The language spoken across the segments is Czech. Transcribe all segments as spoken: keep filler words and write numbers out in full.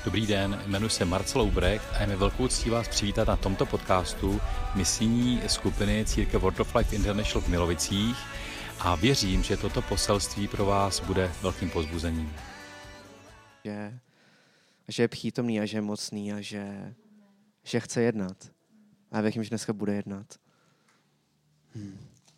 Dobrý den, jmenuji se Marcel Ubrecht a je mi velkou ctí vás přivítat na tomto podcastu misijní skupiny Církev Word of Life International v Milovicích a věřím, že toto poselství pro vás bude velkým povzbuzením. Že, že je přítomný a že je mocný a že, že chce jednat. A já věřím, že dneska bude jednat. Hmm.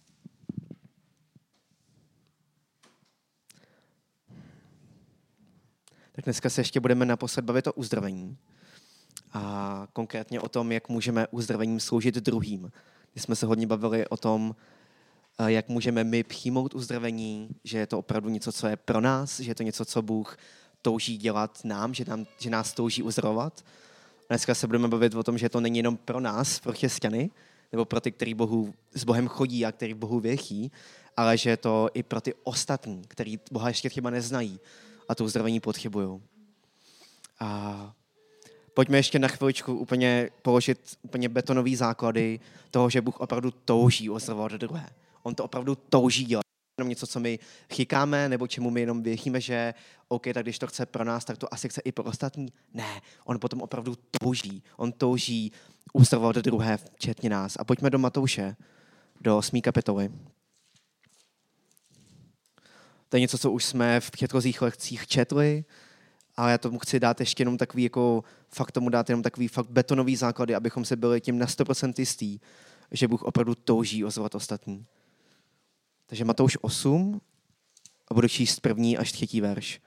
Tak dneska se ještě budeme naposled bavit o uzdravení. A konkrétně o tom, jak můžeme uzdravením sloužit druhým. My jsme se hodně bavili o tom, jak můžeme my přijmout uzdravení, že je to opravdu něco, co je pro nás, že je to něco, co Bůh touží dělat nám, že, nám, že nás touží uzdravovat. Dneska se budeme bavit o tom, že to není jenom pro nás, pro křesťany, nebo pro ty, kteří Bohu, s Bohem chodí a kteří Bohu věří, ale že je to i pro ty ostatní, kteří Boha ještě třeba neznají a to uzdravení potřebují. A pojďme ještě na chviličku úplně položit úplně betonové základy toho, že Bůh opravdu touží uzdravovat druhé. On to opravdu touží dělat. Jenom něco, co my chykáme, nebo čemu my jenom věříme, že OK, tak když to chce pro nás, tak to asi chce i pro ostatní. Ne, on potom opravdu touží. On touží uzdravovat druhé, včetně nás. A pojďme do Matouše, do osmé kapitoly. To je něco, co už jsme v předchozích lekcích četli, ale já tomu chci dát ještě jenom takový, jako fakt tomu dát jenom takový fakt betonový základy, abychom se byli tím na sto procent jistý, že Bůh opravdu touží uzdravovat ostatní. Takže Matouš osm a budu číst první až třetí verš.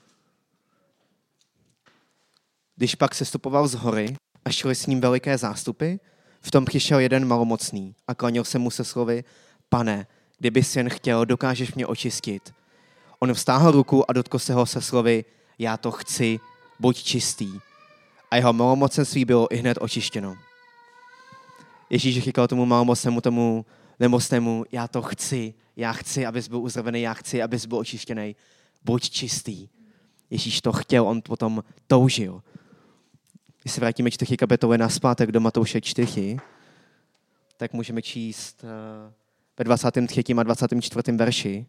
Když pak sestupoval z hory a šli s ním veliké zástupy, v tom přišel jeden malomocný a klanil se mu se slovy: Pane, kdybys jen chtěl, dokážeš mě očistit. On vztáhl ruku a dotkl se ho se slovy: Já to chci, buď čistý. A jeho malomocenství bylo ihned očištěno. Ježíš říkal tomu malomocnému, tomu nemocnému: Já to chci, já chci, abys byl uzdravený, já chci, abys byl očištěný. Buď čistý. Ježíš to chtěl, on potom toužil. Když se vrátíme čtyři kapitoly nazpátek do Matouše čtyři, tak můžeme číst ve dvacátém třetím a dvacátém čtvrtém verši.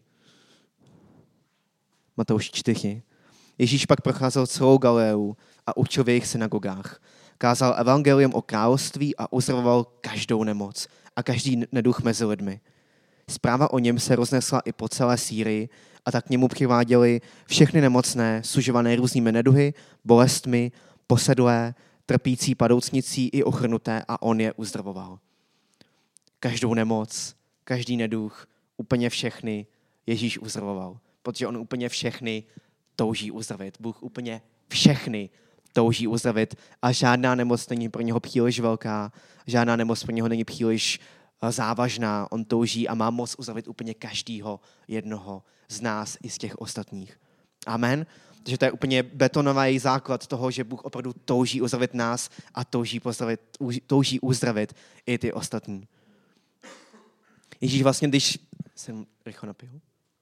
Matouš čtyři. Ježíš pak procházel celou Galileu a učil v jejich synagogách. Kázal evangelium o království a uzdravoval každou nemoc a každý neduch mezi lidmi. Zpráva o něm se roznesla i po celé Sýrii a tak k němu přiváděli všechny nemocné, sužované různými neduhy, bolestmi, posedlé, trpící padoucnicí i ochrnuté a on je uzdravoval. Každou nemoc, každý neduch, úplně všechny Ježíš uzdravoval, protože on úplně všechny touží uzdravit. Bůh úplně všechny touží uzdravit a žádná nemoc není pro něho příliš velká, žádná nemoc pro něho není příliš závažná. On touží a má moc uzdravit úplně každýho jednoho z nás i z těch ostatních. Amen. Takže to je úplně betonový základ toho, že Bůh opravdu touží uzdravit nás a touží, pozdravit, touží uzdravit i ty ostatní. Ježíš vlastně, když jsem rychle napil,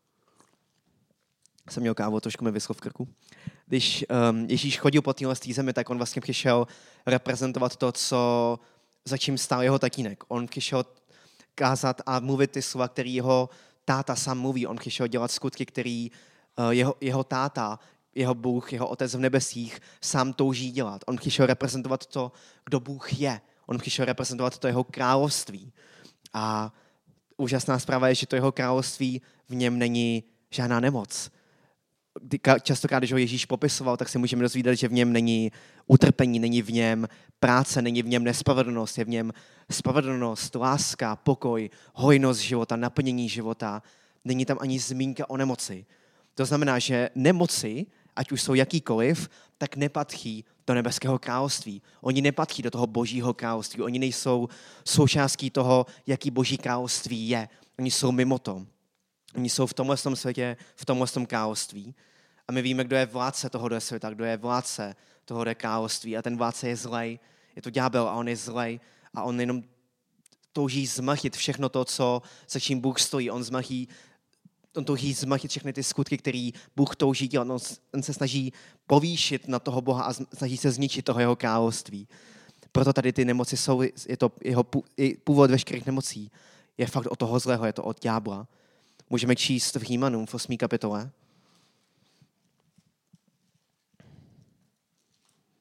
jsem měl kávu, trošku mi vyschlo v krku. Když um, Ježíš chodil po téhle zemi, tak on vlastně přišel reprezentovat to, co, za čím stál jeho tatínek. On přišel kázat a mluvit ty slova, který jeho táta sám mluví. On přišel dělat skutky, který uh, jeho, jeho táta, jeho Bůh, jeho Otec v nebesích sám touží dělat. On přišel reprezentovat to, kdo Bůh je. On přišel reprezentovat to jeho království. A úžasná zpráva je, že to jeho království v něm není žádná nemoc. Častokrát, když ho Ježíš popisoval, tak si můžeme dozvídat, že v něm není utrpení, není v něm práce, není v něm nespravedlnost, je v něm spravedlnost, láska, pokoj, hojnost života, naplnění života. Není tam ani zmínka o nemoci. To znamená, že nemoci, ať už jsou jakýkoliv, tak nepatří do nebeského království. Oni nepatří do toho božího království. Oni nejsou součástí toho, jaký boží království je. Oni jsou mimo to. Oni jsou v tomhle světě, v tomhle království. A my víme, kdo je vládce tohoto světa, kdo je vládce tohoto království. A ten vládce je zlej. Je to ďábel a on je zlej. A on jenom touží zmrhit všechno to, co, za čím Bůh stojí. On zmrhí, on touží zmrhit všechny ty skutky, které Bůh touží dělat. On, on se snaží povýšit na toho Boha a snaží se zničit toho jeho království. Proto tady ty nemoci jsou, je to jeho původ veškerých nemocí. Je fakt od toho zlého, je to od ďábla. Můžeme číst v Římanům v osmé kapitole.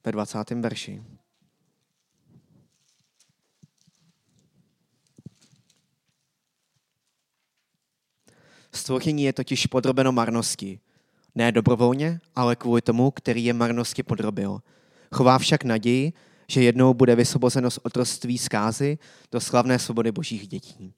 ve dvacátém verši. Stvoření je totiž podrobeno marnosti. Ne dobrovolně, ale kvůli tomu, který je marnosti podrobil. Chová však naději, že jednou bude vysvobozeno z otroctví zkázy do slavné svobody božích dětí.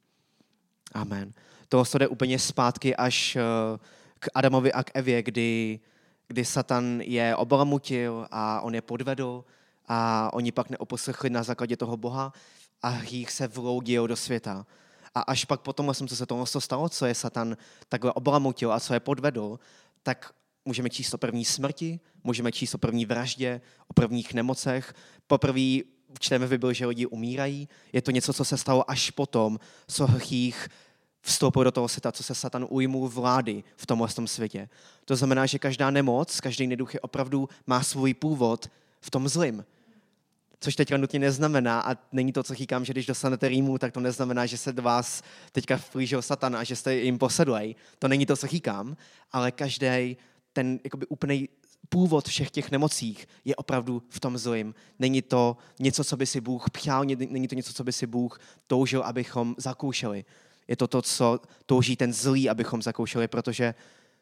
Amen. To jde úplně zpátky až k Adamovi a k Evě, kdy, kdy Satan je obalamutil a on je podvedl a oni pak neoposlechli na základě toho Boha a hřích se vloudil do světa. A až pak potom, co se tomu stalo, co je Satan takhle obalamutil a co je podvedl, tak můžeme číst o první smrti, můžeme číst o první vraždě, o prvních nemocech. Poprvé čteme v Bibli, že lidi umírají. Je to něco, co se stalo až potom, co hřích vstoupil do toho světa, co se Satan ujmul vlády v tomhle světě. To znamená, že každá nemoc, každý neduch je opravdu má svůj původ v tom zlým. Což teďka nutně neznamená, a není to, co říkám, že když dostanete rýmu, tak to neznamená, že se do vás teďka vplížil Satan a že jste jim posedlej. To není to, co říkám, ale každý ten jakoby úplný původ všech těch nemocích je opravdu v tom zlým. Není to něco, co by si Bůh přál, není to něco, co by si Bůh toužil, abychom zakoušeli. Je to to, co touží ten zlý, abychom zakoušeli, protože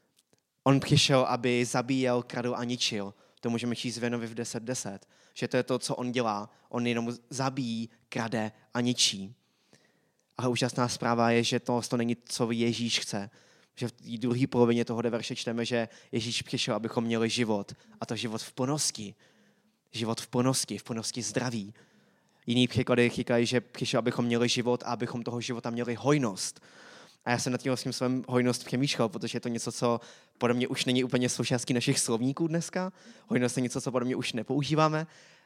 on přišel, aby zabíjel, kradl a ničil. To můžeme číst v Janovi v deset deset. Že to je to, co on dělá. On jenom zabíjí, krade a ničí. Ale úžasná zpráva je, že to, to není, co Ježíš chce. Že v druhé polovině tohoto verše čteme, že Ježíš přišel, abychom měli život. A to život v plnosti. Život v plnosti, v plnosti zdraví. Jiný příklady říkají, že přišel, abychom měli život a abychom toho života měli hojnost. A já jsem nad tím vlastně svém hojnost přemýšlel, protože je to něco, co podle mě už není úplně součástí našich slovníků dneska. Hojnost je něco, co podle mě už nepoužíváme.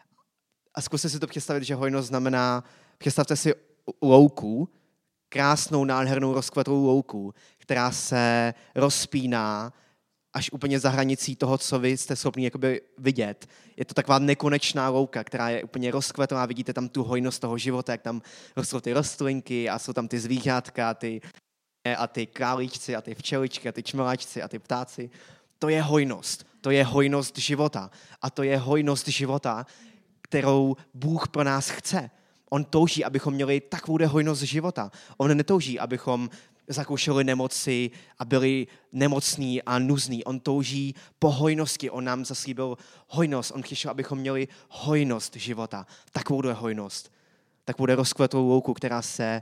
A zkuste si to představit, že hojnost znamená, představte si louku, krásnou, nádhernou, rozkvetlou louku, která se rozpíná až úplně za hranicí toho, co vy jste schopni jakoby vidět. Je to taková nekonečná louka, která je úplně rozkvetlá, vidíte tam tu hojnost toho života, jak tam rostou ty rostlinky a jsou tam ty zvířátka, ty a ty králíčci a ty včeličky a ty čmeláčci a ty ptáci. To je hojnost. To je hojnost života. A to je hojnost života, kterou Bůh pro nás chce. On touží, abychom měli takovou hojnost života. On netouží, abychom zakoušeli nemoci a byli nemocní a nuzní. On touží po hojnosti. On nám zaslíbil hojnost. On přišel, abychom měli hojnost života. Takovou hojnost. Takovou rozkvetlou louku, která se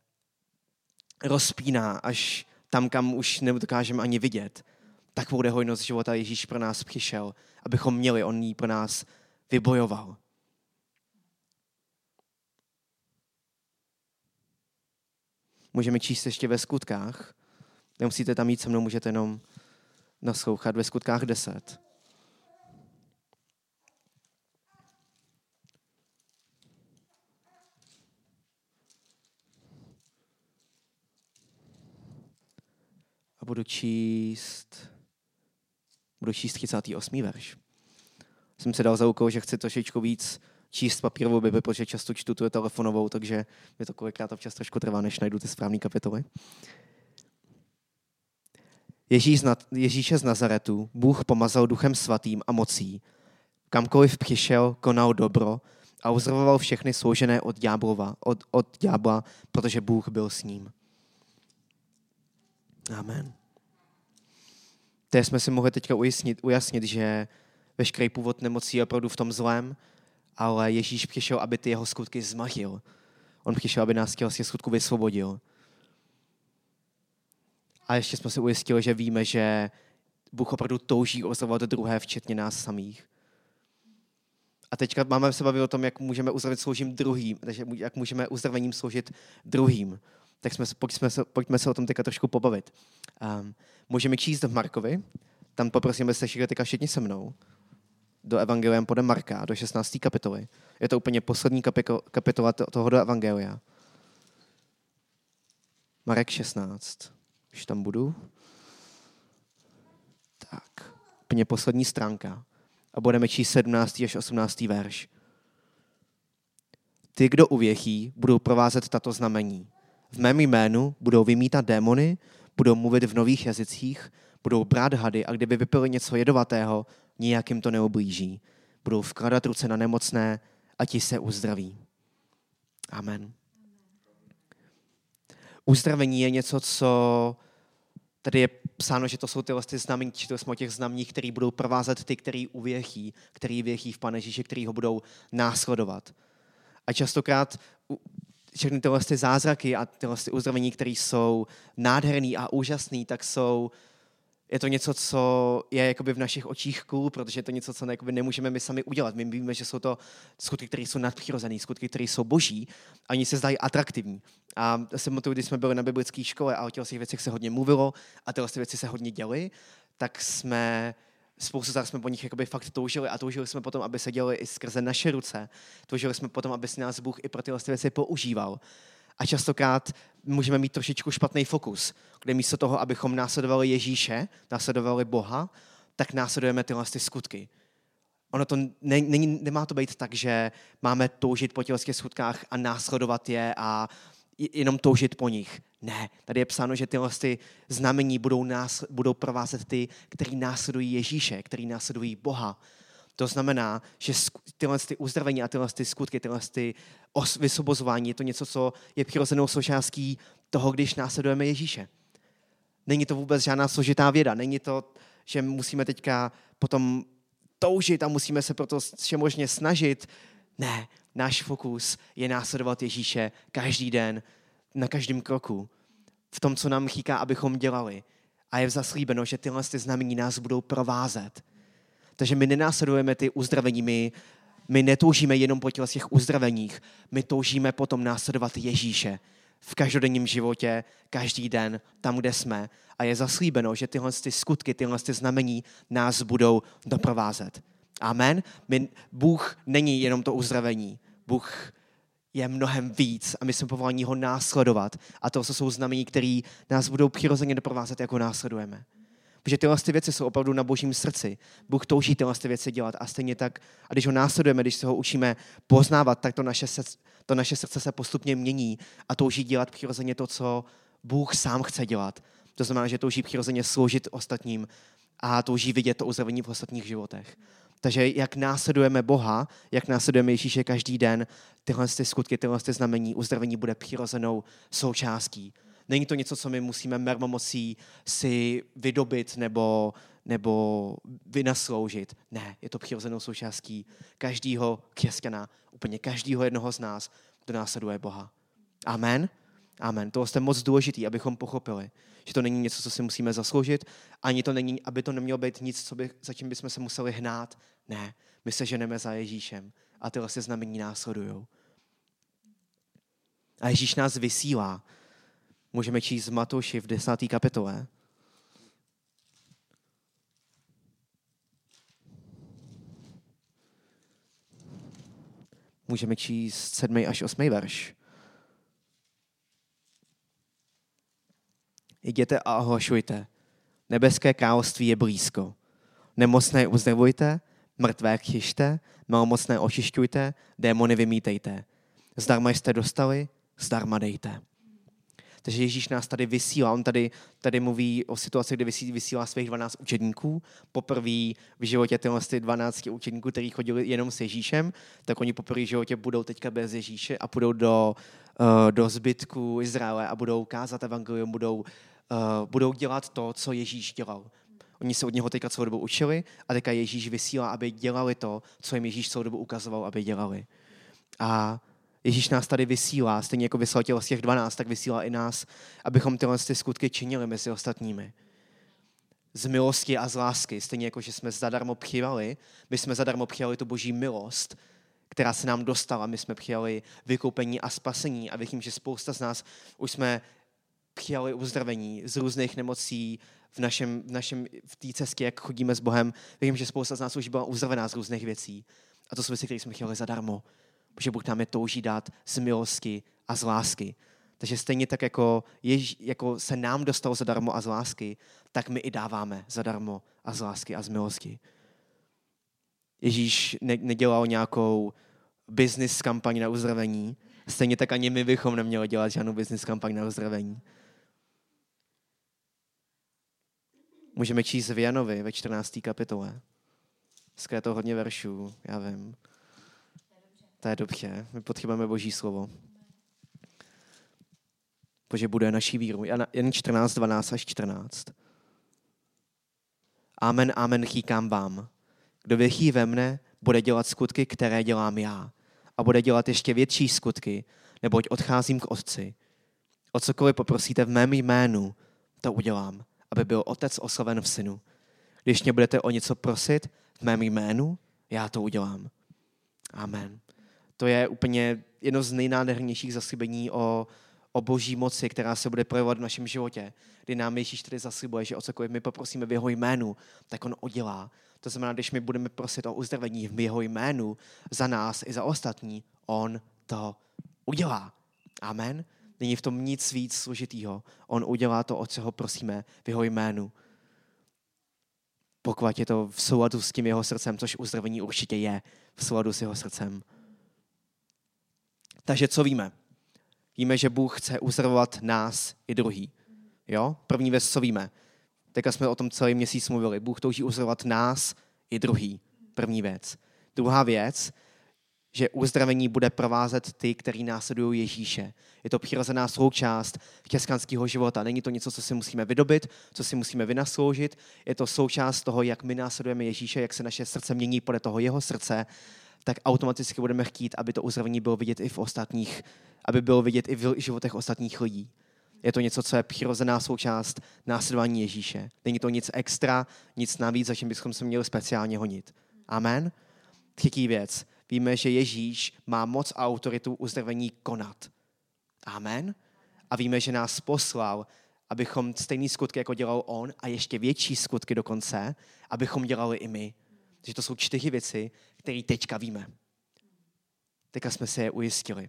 rozpíná až tam, kam už nedokážeme ani vidět. Takovou hojnost života Ježíš pro nás přišel, abychom měli, on ji pro nás vybojoval. Můžeme číst ještě ve Skutkách. Nemusíte tam jít se mnou, můžete jenom naslouchat ve Skutkách deset. A budu číst, budu číst třicátý osmý verš. Jsem se dal za úkol, že chci trošičku víc číst papírovou Bibli, protože často čtu tu telefonovou, takže mi to kolikrát občas trošku trvá, než najdu ty správné kapitoly. Ježíš, Ježíše z Nazaretu Bůh pomazal duchem svatým a mocí. Kamkoliv přišel, konal dobro a uzdravoval všechny soužené od ďáblova, od, od ďábla, protože Bůh byl s ním. Amen. Teď jsme si mohli teďka ujasnit, ujasnit, že veškerý původ nemocí je opravdu v tom zlém, ale Ježíš přišel, aby ty jeho skutky zmahil. On přišel, aby nás z těch skutků vysvobodil. A ještě jsme se ujistili, že víme, že Bůh opravdu touží uzdravovat druhé, včetně nás samých. A teďka máme se bavit o tom, jak můžeme uzdravit sloužím druhým, takže jak můžeme uzdravením sloužit druhým. Tak jsme, pojďme, se, pojďme se o tom teďka trošku pobavit. Um, můžeme číst v Markovi, tam poprosím, abyste šli teďka všichni se mnou, do Evangelia podle Marka, do šestnácté kapitoly. Je to úplně poslední kapitola tohoto Evangelia. Marek šestnáct. Už tam budu. Tak, úplně poslední stránka. A budeme číst sedmnáctý až osmnáctý verš. Ty, kdo uvěří, budou provázet tato znamení. V mém jménu budou vymítat démony, budou mluvit v nových jazycích, budou brát hady a kdyby vypili něco jedovatého, nijak jim to neublíží. budou vkládat ruce na nemocné a ti se uzdraví. Amen. Uzdravení je něco, co tady je psáno, že to jsou tyhle ty znamení, četli jsme o těch znameních, které budou provázet ty, který uvěří, který věří v Pane Ježíše, který ho budou následovat. A častokrát všechny tyhle ty zázraky a tyhle ty uzdravení, které jsou nádherný a úžasný, tak jsou, je to něco, co je jakoby v našich očích cool, protože je to něco, co jakoby nemůžeme my sami udělat. My víme, že jsou to skutky, které jsou nadpřirozené, skutky, které jsou boží a oni se zdají atraktivní. A já si pamatuju, když jsme byli na biblické škole a o těch věcech se hodně mluvilo a tyhle věci se hodně děly, tak jsme spoustu zás jsme po nich jakoby fakt toužili a toužili jsme potom, aby se děli i skrze naše ruce. Toužili jsme potom, aby si nás Bůh i pro tyhle věci používal. A častokrát můžeme mít trošičku špatný fokus, kde místo toho, abychom následovali Ježíše, následovali Boha, tak následujeme tyhle skutky. Ono to ne, není, nemá to být tak, že máme toužit po těchto skutkách a následovat je a jenom toužit po nich. Ne, tady je psáno, že tyhle ty znamení budou, nás, budou provázet ty, kteří následují Ježíše, kteří následují Boha. To znamená, že tyhle ty uzdravení a tyhle ty skutky, tyhle ty vysvobozování, je to něco, co je přirozenou součástí toho, když následujeme Ježíše. Není to vůbec žádná složitá věda. Není to, že musíme teďka potom toužit a musíme se proto všemožně snažit. Ne, náš fokus je následovat Ježíše každý den, na každém kroku. V tom, co nám říká, abychom dělali. A je zaslíbeno, že tyhle ty znamení nás budou provázet. Takže my nenásledujeme ty uzdravení, my, my netoužíme jenom po těch uzdraveních, my toužíme potom následovat Ježíše v každodenním životě, každý den, tam, kde jsme. A je zaslíbeno, že tyhle ty skutky, tyhle ty znamení nás budou doprovázet. Amen. My, Bůh není jenom to uzdravení. Bůh je mnohem víc a my jsme povoláni ho následovat. A to jsou znamení, které nás budou přirozeně doprovázet, jako následujeme. Protože tyhle ty věci jsou opravdu na božím srdci. Bůh touží tyhle ty věci dělat a stejně tak, a když ho následujeme, když se ho učíme poznávat, tak to naše, srdce, to naše srdce se postupně mění a touží dělat přirozeně to, co Bůh sám chce dělat. To znamená, že touží přirozeně sloužit ostatním a touží vidět to uzdravení v ostatních životech. Takže jak následujeme Boha, jak následujeme Ježíše každý den, tyhle ty skutky, tyhle ty znamení, uzdravení bude přirozenou součástí. Není to něco, co my musíme mermomocí si vydobit nebo, nebo vynasloužit. Ne, je to přirozenou součástí každého křesťana, úplně každého jednoho z nás, kdo následuje Boha. Amen? Amen. To je moc důležitý, abychom pochopili, že to není něco, co si musíme zasloužit, ani to není, aby to nemělo být nic, co by, za čím bychom se museli hnát. Ne, my se ženeme za Ježíšem a tyhle se znamení následujou. A Ježíš nás vysílá. Můžeme číst v Matouši v desáté kapitole. Můžeme číst sedmý až osmý verš. Jděte a ohlašujte. Nebeské království je blízko. Nemocné uzdravujte, mrtvé křižte, malomocné očišťujte, démony vymítejte. Zdarma jste dostali, zdarma dejte. Takže Ježíš nás tady vysílá. On tady, tady mluví o situaci, kdy vysílá svých dvanáct učedníků. Poprvé v životě tyhle dvanáct učedníků, kteří chodili jenom s Ježíšem, tak oni poprvé v životě budou teďka bez Ježíše a půjdou do, uh, do zbytku Izraele a budou kázat evangelium, budou, uh, budou dělat to, co Ježíš dělal. Oni se od něho teďka celou dobu učili a teďka Ježíš vysílá, aby dělali to, co jim Ježíš celou dobu ukazoval, aby dělali. A Ježíš nás tady vysílá, stejně jako vyslal tělo z těch dvanáct, tak vysílá i nás, abychom tyhle ty skutky činili mezi ostatními. Z milosti a z lásky, stejně jako, že jsme zadarmo přijali, my jsme zadarmo přijali tu boží milost, která se nám dostala, my jsme přijali vykoupení a spasení a věřím, že spousta z nás už jsme přijali uzdravení z různých nemocí v našem, v našem v té cestě, jak chodíme s Bohem. Věřím, že spousta z nás už byla uzdravená z různých věcí. A to jsou věci, které jsme přijali zadarmo. Protože Bůh nám je touží dát z milosti a z lásky. Takže stejně tak, jako, Jež, jako se nám dostalo zadarmo a z lásky, tak my i dáváme zadarmo a z lásky a z milosti. Ježíš ne, nedělal nějakou business kampaň na uzdravení, stejně tak ani my bychom neměli dělat žádnou business kampaň na uzdravení. Můžeme číst v Janovi ve čtrnácté kapitole. Dneska je to hodně veršů, já vím. To je dobře, my potřebujeme Boží slovo. Bože bude naší víru. Jan čtrnáct, dvanáct až čtrnáct. Amen, amen, říkám vám. Kdo věří ve mne, bude dělat skutky, které dělám já. A bude dělat ještě větší skutky, neboť odcházím k Otci. O cokoliv poprosíte v mém jménu, to udělám, aby byl Otec oslaven v Synu. Když mě budete o něco prosit v mém jménu, já to udělám. Amen. To je úplně jedno z nejnádhernějších zaslíbení o, o Boží moci, která se bude projevovat v našem životě. Kdy nám Ježíš tedy zaslibuje, že o cokoliv my poprosíme v jeho jménu, tak on udělá. To znamená, když my budeme prosit o uzdravení v jeho jménu za nás i za ostatní, on to udělá. Amen. Není v tom nic víc složitýho. On udělá to, o co ho prosíme v jeho jménu. Pokud je to v souladu s tím jeho srdcem, což uzdravení určitě je v souladu s jeho srdcem. Takže co víme? Víme, že Bůh chce uzdravovat nás i druhý. Jo? První věc, co víme? Teďka jsme o tom celý měsíc mluvili. Bůh touží uzdravovat nás i druhý. První věc. Druhá věc, že uzdravení bude provázet ty, kteří následují Ježíše. Je to přirozená součást křesťanského života. Není to něco, co si musíme vydobit, co si musíme vynasloužit. Je to součást toho, jak my následujeme Ježíše, jak se naše srdce mění podle toho jeho srdce, tak automaticky budeme chtít, aby to uzdravení bylo vidět i v ostatních, aby bylo vidět i v životech ostatních lidí. Je to něco, co je přirozená součást následování Ježíše. Není to nic extra, nic navíc, za čím bychom se měli speciálně honit. Amen. Třetí věc. Víme, že Ježíš má moc a autoritu uzdravení konat. Amen. A víme, že nás poslal, abychom stejný skutky, jako dělal on, a ještě větší skutky dokonce, abychom dělali i my. Takže to jsou čtyři věci, které teďka víme. Teďka jsme se je ujistili.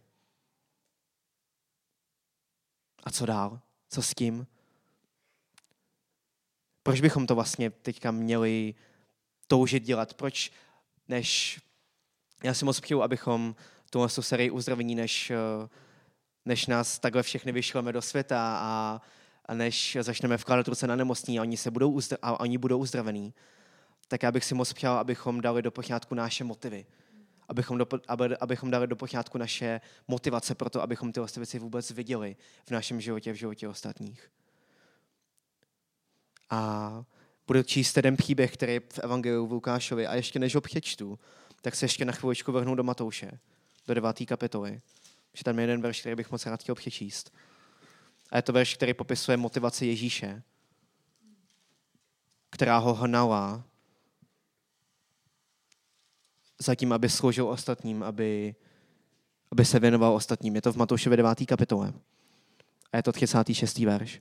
A co dál? Co s tím? Proč bychom to vlastně teďka měli toužit dělat? Proč, než... Já si moc přeju, abychom tuhle sérii uzdravení, než, než nás takhle všechny vyšleme do světa a, a než začneme vkládat ruce na nemocní a oni, se budou, uzdra, a oni budou uzdravení, tak já bych si moc přál, abychom dali do pořádku naše motivy. Abychom, do, aby, abychom dali do pořádku naše motivace pro to, abychom tyhle věci vůbec viděli v našem životě, v životě ostatních. A budu číst jeden příběh, který je v Evangeliu v Lukášovi, a ještě než ho přečtu, tak se ještě na chviličku vrhnu do Matouše, do deváté kapitoly. Že tam je jeden verš, který bych moc rád chtěl přečíst. A je to verš, který popisuje motivaci Ježíše, která ho hnala zatím, aby sloužil ostatním, aby, aby se věnoval ostatním. Je to v Matoušově deváté kapitole. A je to třicátý šestý verš.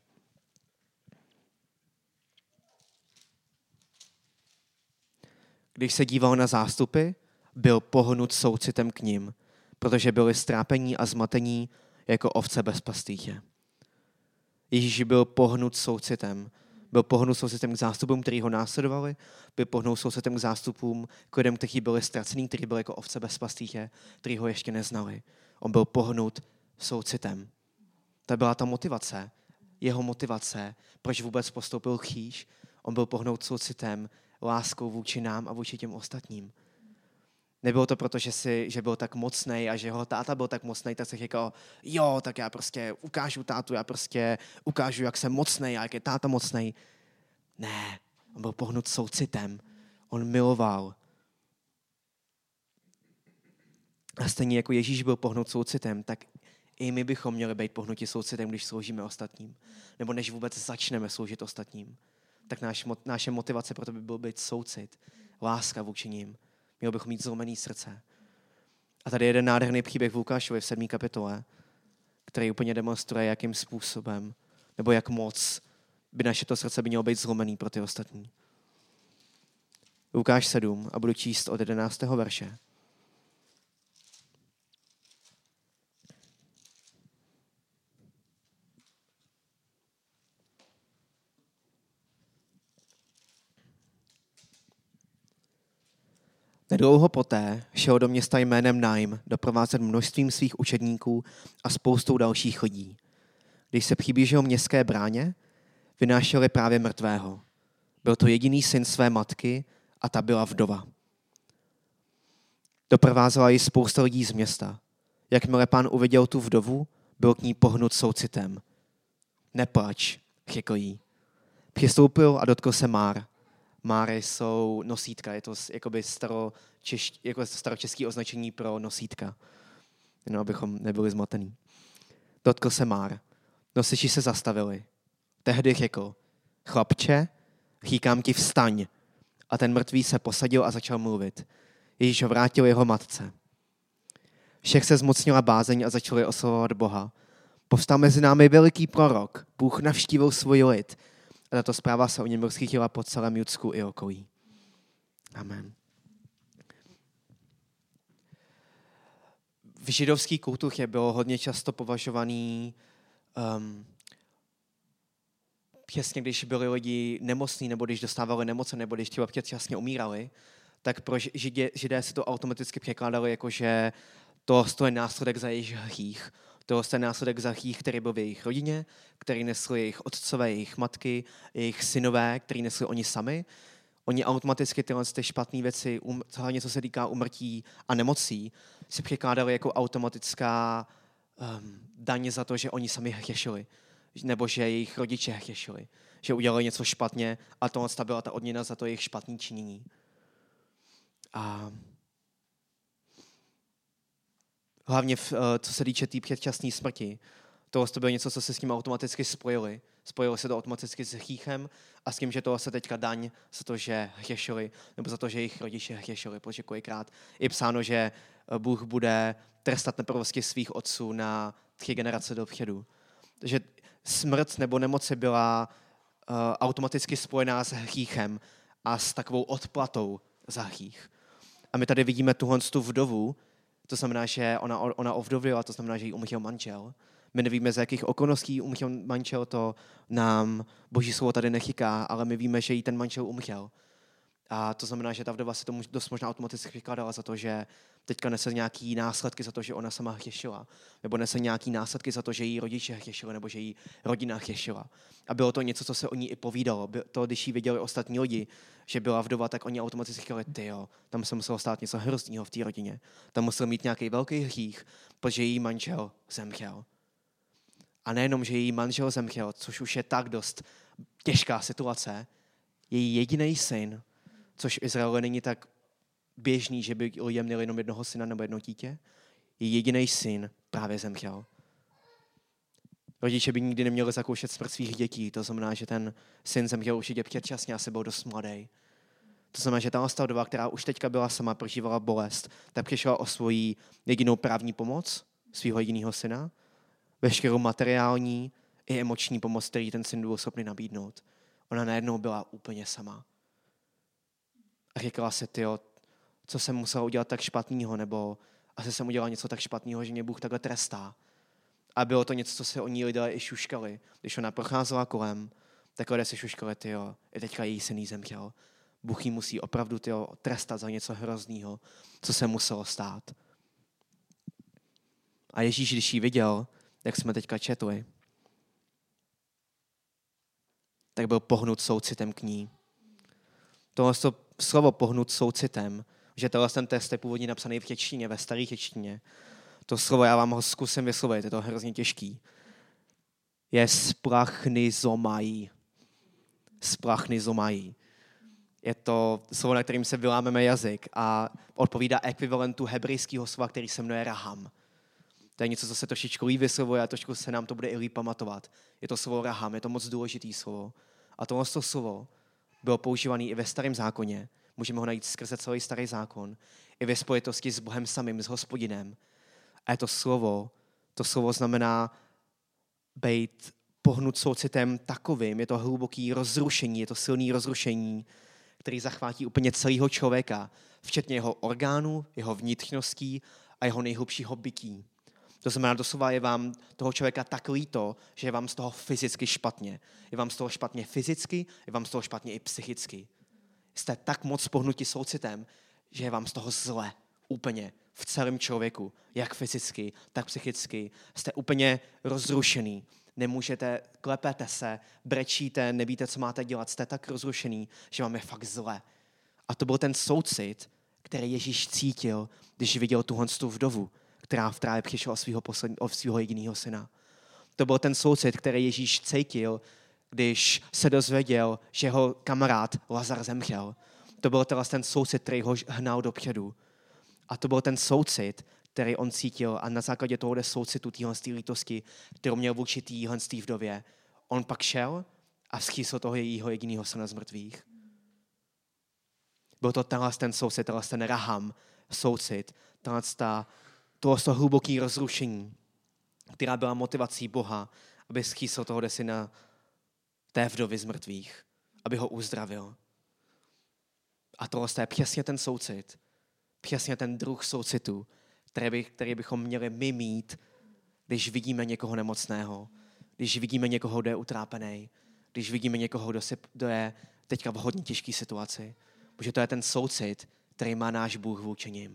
Když se díval na zástupy, byl pohnut soucitem k nim, protože byli strápení a zmatení jako ovce bez pastýře. Ježíš byl pohnut soucitem. Byl pohnut soucitem k zástupům, kteří ho následovali, byl pohnut soucitem k zástupům, k lidem, kteří byli ztracení, kteří byli jako ovce bez pastýře, kteří ho ještě neznali. On byl pohnut soucitem. To byla ta motivace. Jeho motivace, proč vůbec postoupil kříž. On byl pohnut soucitem, láskou vůči nám a vůči těm ostatním. Nebylo to proto, že, si, že byl tak mocnej a že jeho táta byl tak mocnej, tak se říkal, jo, tak já prostě ukážu tátu, já prostě ukážu, jak jsem mocnej a jak je táta mocnej. Ne, on byl pohnut soucitem. On miloval. A stejně jako Ježíš byl pohnut soucitem, tak i my bychom měli být pohnuti soucitem, když sloužíme ostatním. Nebo než vůbec začneme sloužit ostatním. Tak náš, naše motivace proto by byl být soucit, láska vůči nim. Měl bychom mít zlomený srdce. A tady je jeden nádherný příběh v Lukášovi v sedmé kapitole, který úplně demonstruje, jakým způsobem, nebo jak moc by naše to srdce by mělo být zlomený pro ty ostatní. Lukáš sedm a budu číst od jedenáctého verše. Nedlouho poté šel do města jménem Naim doprovázet množstvím svých učedníků a spoustou dalších lidí. Když se přiblížil městské bráně, vynášeli právě mrtvého. Byl to jediný syn své matky a ta byla vdova. Doprovázela ji spousta lidí z města. Jakmile pán uviděl tu vdovu, byl k ní pohnut soucitem. Neplač, řekl jí. Přistoupil a dotkl se már. Máry jsou nosítka, je to jakoby staročeš, jako staročeský označení pro nosítka. Jenom abychom nebyli zmatení. Dotkl se már. Nosiči se zastavili. Tehdy řekl, chlapče, říkám ti vstaň. A ten mrtvý se posadil a začal mluvit. Ježíš ho vrátil jeho matce. Všech se zmocnila bázeň a začali oslavovat Boha. Povstal mezi námi veliký prorok. Bůh navštívil svůj lid. A tato zpráva se o něm rozchytila po celém Judsku i okolí. Amen. V židovské kultuře bylo hodně často považovaný um, přesně, když byli lidi nemocní, nebo když dostávali nemoce, nebo když třeba předčasně umírali, tak pro židě, židé si to automaticky překládali jako, že to je následek za jejich hřích. To je následek za hřích, který byl v jejich rodině, který nesli jejich otcové, jejich matky, jejich synové, který nesli oni sami. Oni automaticky tyhle ty špatné věci, um, hlavně co se týká umrtí a nemocí, si překládali jako automatická um, daň za to, že oni sami hřešili, nebo že jejich rodiče hřešili, že udělali něco špatně a tohle byla ta odměna za to jejich špatné činění. A hlavně v, co se týče té tý předčasné smrti, tohle to bylo něco, co se s tím automaticky spojili. Spojilo se to automaticky s hříchem a s tím, že tohle se teďka daň za to, že hřešili, nebo za to, že jejich rodiče hřešili, protože kolikrát je psáno, že Bůh bude trestat nepravosti svých otců na tři generace dopředu. Takže smrt nebo nemoci byla uh, automaticky spojená s hříchem a s takovou odplatou za hřích. A my tady vidíme tuhle tu vdovu, to znamená, že ona, ona ovdovila, to znamená, že jí umřel manžel. My nevíme, z jakých okolností umřel manžel, to nám Boží slovo tady nechyká, ale my víme, že jí ten manžel umřel. A to znamená, že ta vdova se tomu dost možná automaticky vykládala za to, že teďka nese nějaký následky za to, že ona sama hřešila. Nebo nese nějaký následky za to, že její rodiče hřešili, nebo že její rodina hřešila. A bylo to něco, co se o ní i povídalo. To, když jí viděli ostatní lidi, že byla vdova, tak oni automaticky říkali, tyjo, tam se muselo stát něco hroznýho v té rodině. Tam musel mít nějaký velký hřích, protože její manžel zemřel. A nejenom, že její manžel zemřel, což už je tak dost těžká situace, její jediný syn, což v Izraeli není tak běžný, že by lidé měli jenom jednoho syna nebo jedno dítě, její jediný syn právě zemřel. Rodiče by nikdy neměli zakoušet smrt svých dětí, to znamená, že ten syn zemřel určitě předčasně a se byl dost mladý. To znamená, že ta vdova, která už teďka byla sama, prožívala bolest, tak přišla o svoji jedinou právní pomoc, svého jediného syna, veškerou materiální i emoční pomoc, který ten syn byl schopný nabídnout. Ona najednou byla úplně sama. A říkala si, tyjo, co jsem musela udělat tak špatného, nebo asi jsem udělal něco tak špatného, že mě Bůh takhle trestá. A bylo to něco, co se o ní lidé i šuškali. Když ona procházela kolem, tak lidé se šuškali, tyjo, i teďka její syn jí zemřel. Bůh jí musí opravdu tyjo, trestat za něco hroznýho, co se muselo stát. A Ježíš, když jí viděl, jak jsme teďka četli, tak byl pohnut soucitem k ní. Tohle slovo pohnut soucitem, že tenhle ten text je původně napsaný v češtině, ve staré češtině. To slovo, já vám ho zkusím vyslovit, je to hrozně těžký. Je sprachnizomají. Sprachnizomají. Je to slovo, na kterým se vylámeme jazyk a odpovídá ekvivalentu hebrejského slova, který se jmenuje raham. To je něco, co se trošičku líp vyslovuje a trošku se nám to bude i líp pamatovat. Je to slovo raham, je to moc důležitý slovo. A tohle slovo bylo používané i ve Starém zákoně. Můžeme ho najít skrze celý Starý zákon. I ve spojitosti s Bohem samým, s Hospodinem. A je to slovo, to slovo znamená být pohnut soucitem takovým. Je to hluboký rozrušení, je to silný rozrušení, který zachvátí úplně celého člověka, včetně jeho orgánů, jeho vnitřností a jeho nejhlubšího bytí. To znamená, doslova je vám toho člověka tak líto, že je vám z toho fyzicky špatně. Je vám z toho špatně fyzicky, je vám z toho špatně i psychicky. Jste tak moc pohnutí soucitem, že je vám z toho zle. Úplně v celém člověku. Jak fyzicky, tak psychicky. Jste úplně rozrušený. Nemůžete, klepete se, brečíte, nevíte, co máte dělat. Jste tak rozrušený, že vám je fakt zle. A to byl ten soucit, který Ježíš cítil, když viděl tuhle tu vdovu, která v trávě přišla o svého, posled, o svého jediného syna. To byl ten soucit, který Ježíš cítil, když se dozvěděl, že jeho kamarád Lazar zemřel. To byl teda ten soucit, který ho hnal dopředu. A to byl ten soucit, který on cítil a na základě tohohle soucitu, téhle lítosti, kterou měl vůči téhle vdově, on pak šel a vzkřísil toho jejího jediného syna z mrtvých. Byl to tenhle ten soucit, tenhle ten raham soucit, tenhle ta, tohle hluboké rozrušení, která byla motivací Boha, aby vzkřísil tohohle syna té vdovy z mrtvých, aby ho uzdravil. A tohle je přesně ten soucit, přesně ten druh soucitu, který, by, který bychom měli my mít, když vidíme někoho nemocného, když vidíme někoho, kdo je utrápený, když vidíme někoho, kdo, si, kdo je teďka v hodně těžké situaci. Protože to je ten soucit, který má náš Bůh vůči nim.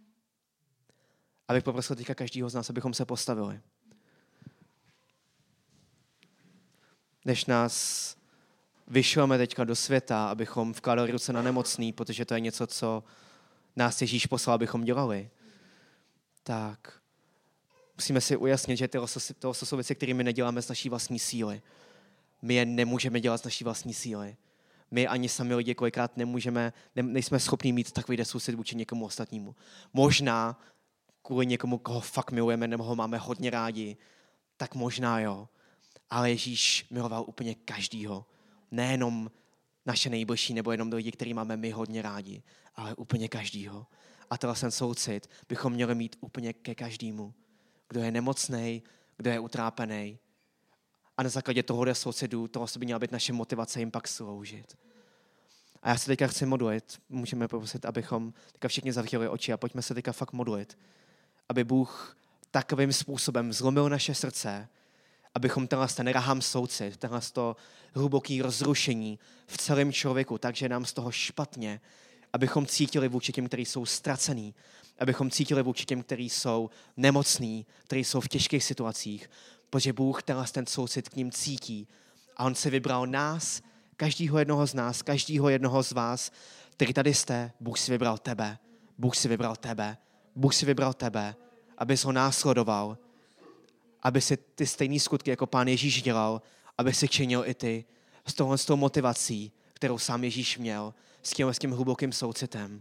Abych poprosil teďka každého z nás, abychom se postavili. Než nás vyšleme teďka do světa, abychom vkládali ruce na nemocný, protože to je něco, co nás Ježíš poslal, abychom dělali, tak musíme si ujasnit, že tyhle jsou věci, které my neděláme z naší vlastní síly. My je nemůžeme dělat z naší vlastní síly. My ani sami lidi kolikrát nemůžeme, ne, nejsme schopni mít takový soucit vůči někomu ostatnímu. Možná kvůli někomu, koho fakt milujeme, nebo ho máme hodně rádi, tak možná jo. Ale Ježíš miloval úplně každýho. Nejenom naše nejbližší, nebo jenom lidi, který máme my hodně rádi, ale úplně každýho. A tenhle ten soucit bychom měli mít úplně ke každému. Kdo je nemocnej, kdo je utrápený. A na základě tohohle soucitu, toho by měla být naše motivace jim pak sloužit. A já se teďka chci modlit. Můžeme poprosit, abychom teďka všichni zavřeli oči a pojďme se teďka fakt modlit. Aby Bůh takovým způsobem zlomil naše srdce, abychom tenhle ten raham soucit, tenhle to hluboký rozrušení v celém člověku, takže nám z toho špatně, abychom cítili vůči těm, kteří jsou ztracený, abychom cítili vůči těm, kteří jsou nemocní, kteří jsou v těžkých situacích, protože Bůh tenhle ten soucit k ním cítí. A on si vybral nás, každýho jednoho z nás, každýho jednoho z vás, který tady jste, Bůh si vybral tebe, Bůh si vybral tebe, Bůh si vybral tebe, abys ho následoval, aby si ty stejné skutky, jako Pán Ježíš dělal, aby si činil i ty s touhle s tou motivací, kterou sám Ježíš měl, s tím, s tím hlubokým soucitem.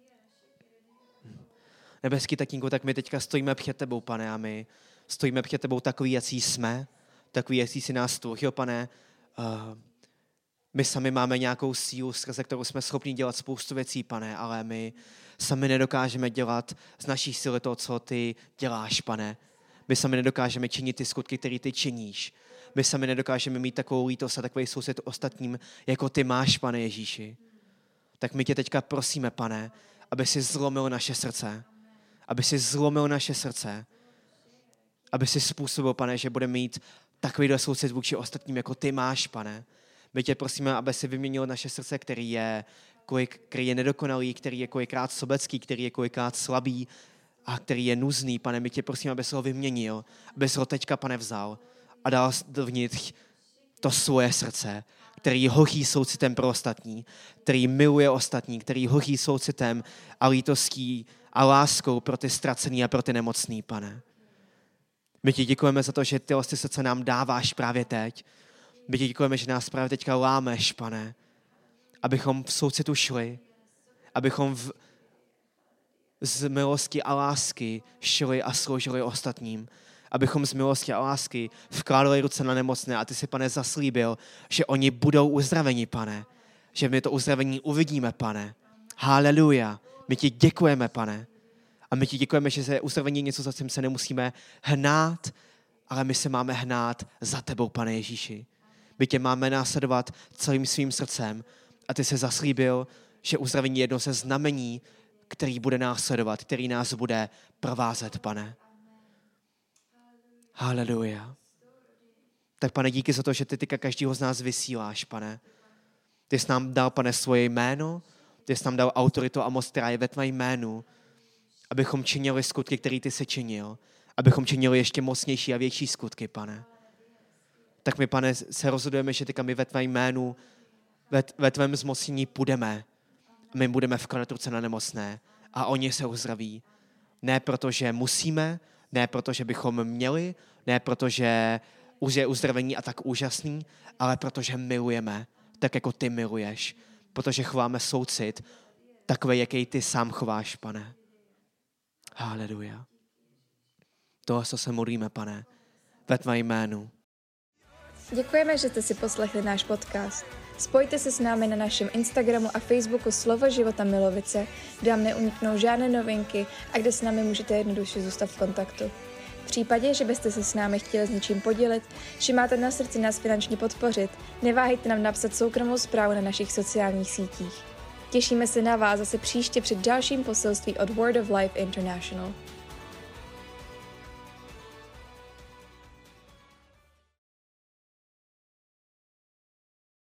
Nebeský tatínku, tak my teďka stojíme před tebou, Pane, a my stojíme před tebou takový, jací jsme, takový, jací si nás stvořil, Pane. Uh, my sami máme nějakou sílu, skrze kterou jsme schopni dělat spoustu věcí, Pane, ale my sami nedokážeme dělat z naší síly to, co ty děláš, Pane. My sami nedokážeme činit ty skutky, které ty činíš. My sami nedokážeme mít takovou lítost a takový soucit ostatním, jako ty máš, Pane Ježíši. Tak my tě teďka prosíme, Pane, aby si zlomil naše srdce. Aby si zlomil naše srdce. Aby si způsobil, Pane, že budeme mít takovýhle soucit vůči ostatním, jako ty máš, Pane. My tě prosíme, aby si vyměnil naše srdce, který je, který je nedokonalý, který je kolikrát sobecký, který je kolikrát slabý a který je nuzný. Pane, my tě prosíme, aby se ho vyměnil, aby se ho teďka, Pane, vzal a dal dovnitř to svoje srdce, který hoří soucitem pro ostatní, který miluje ostatní, který hoří soucitem a lítostí a láskou pro ty ztracený a pro ty nemocný, Pane. My ti děkujeme za to, že ty vlastně srdce nám dáváš právě teď. My ti děkujeme, že nás právě teďka lámeš, Pane, abychom v soucitu šli, abychom v, z milosti a lásky šli a sloužili ostatním, abychom z milosti a lásky vkládali ruce na nemocné a ty si, Pane, zaslíbil, že oni budou uzdraveni, Pane, že my to uzdravení uvidíme, Pane. Haleluja. My ti děkujeme, Pane. A my ti děkujeme, že se uzdravení něco, za čím se nemusíme hnát, ale my se máme hnát za tebou, Pane Ježíši. My tě máme následovat celým svým srdcem a ty se zaslíbil, že uzdravení je jedno ze znamení, který bude následovat, který nás bude provázet, Pane. Haleluja. Tak, Pane, díky za to, že ty tyka každýho z nás vysíláš, Pane. Ty jsi nám dal, Pane, svoje jméno, ty jsi nám dal autoritu a moc, která je ve tvém jménu, abychom činili skutky, které ty jsi činil, abychom činili ještě mocnější a větší skutky, Pane. Tak my, Pane, se rozhodujeme, že tyka my ve tvém jménu, ve, ve tvém zmocnění půjdeme a my budeme vkládat ruce na nemocné a oni se uzdraví. Ne proto, že musíme, ne proto, že bychom měli, ne proto, že už je uzdravení a tak úžasný, ale protože milujeme, tak jako ty miluješ. Protože chováme soucit, takový, jaký ty sám chováš, Pane. Haleluja. To, co se modlíme, Pane, ve tvém jménu. Děkujeme, že jste si poslechli náš podcast. Spojte se s námi na našem Instagramu a Facebooku Slovo života Milovice, kde vám neuniknou žádné novinky a kde s námi můžete jednoduše zůstat v kontaktu. V případě, že byste se s námi chtěli s něčím podělit, že máte na srdci nás finančně podpořit, neváhejte nám napsat soukromou zprávu na našich sociálních sítích. Těšíme se na vás zase příště před dalším poselství od Word of Life International.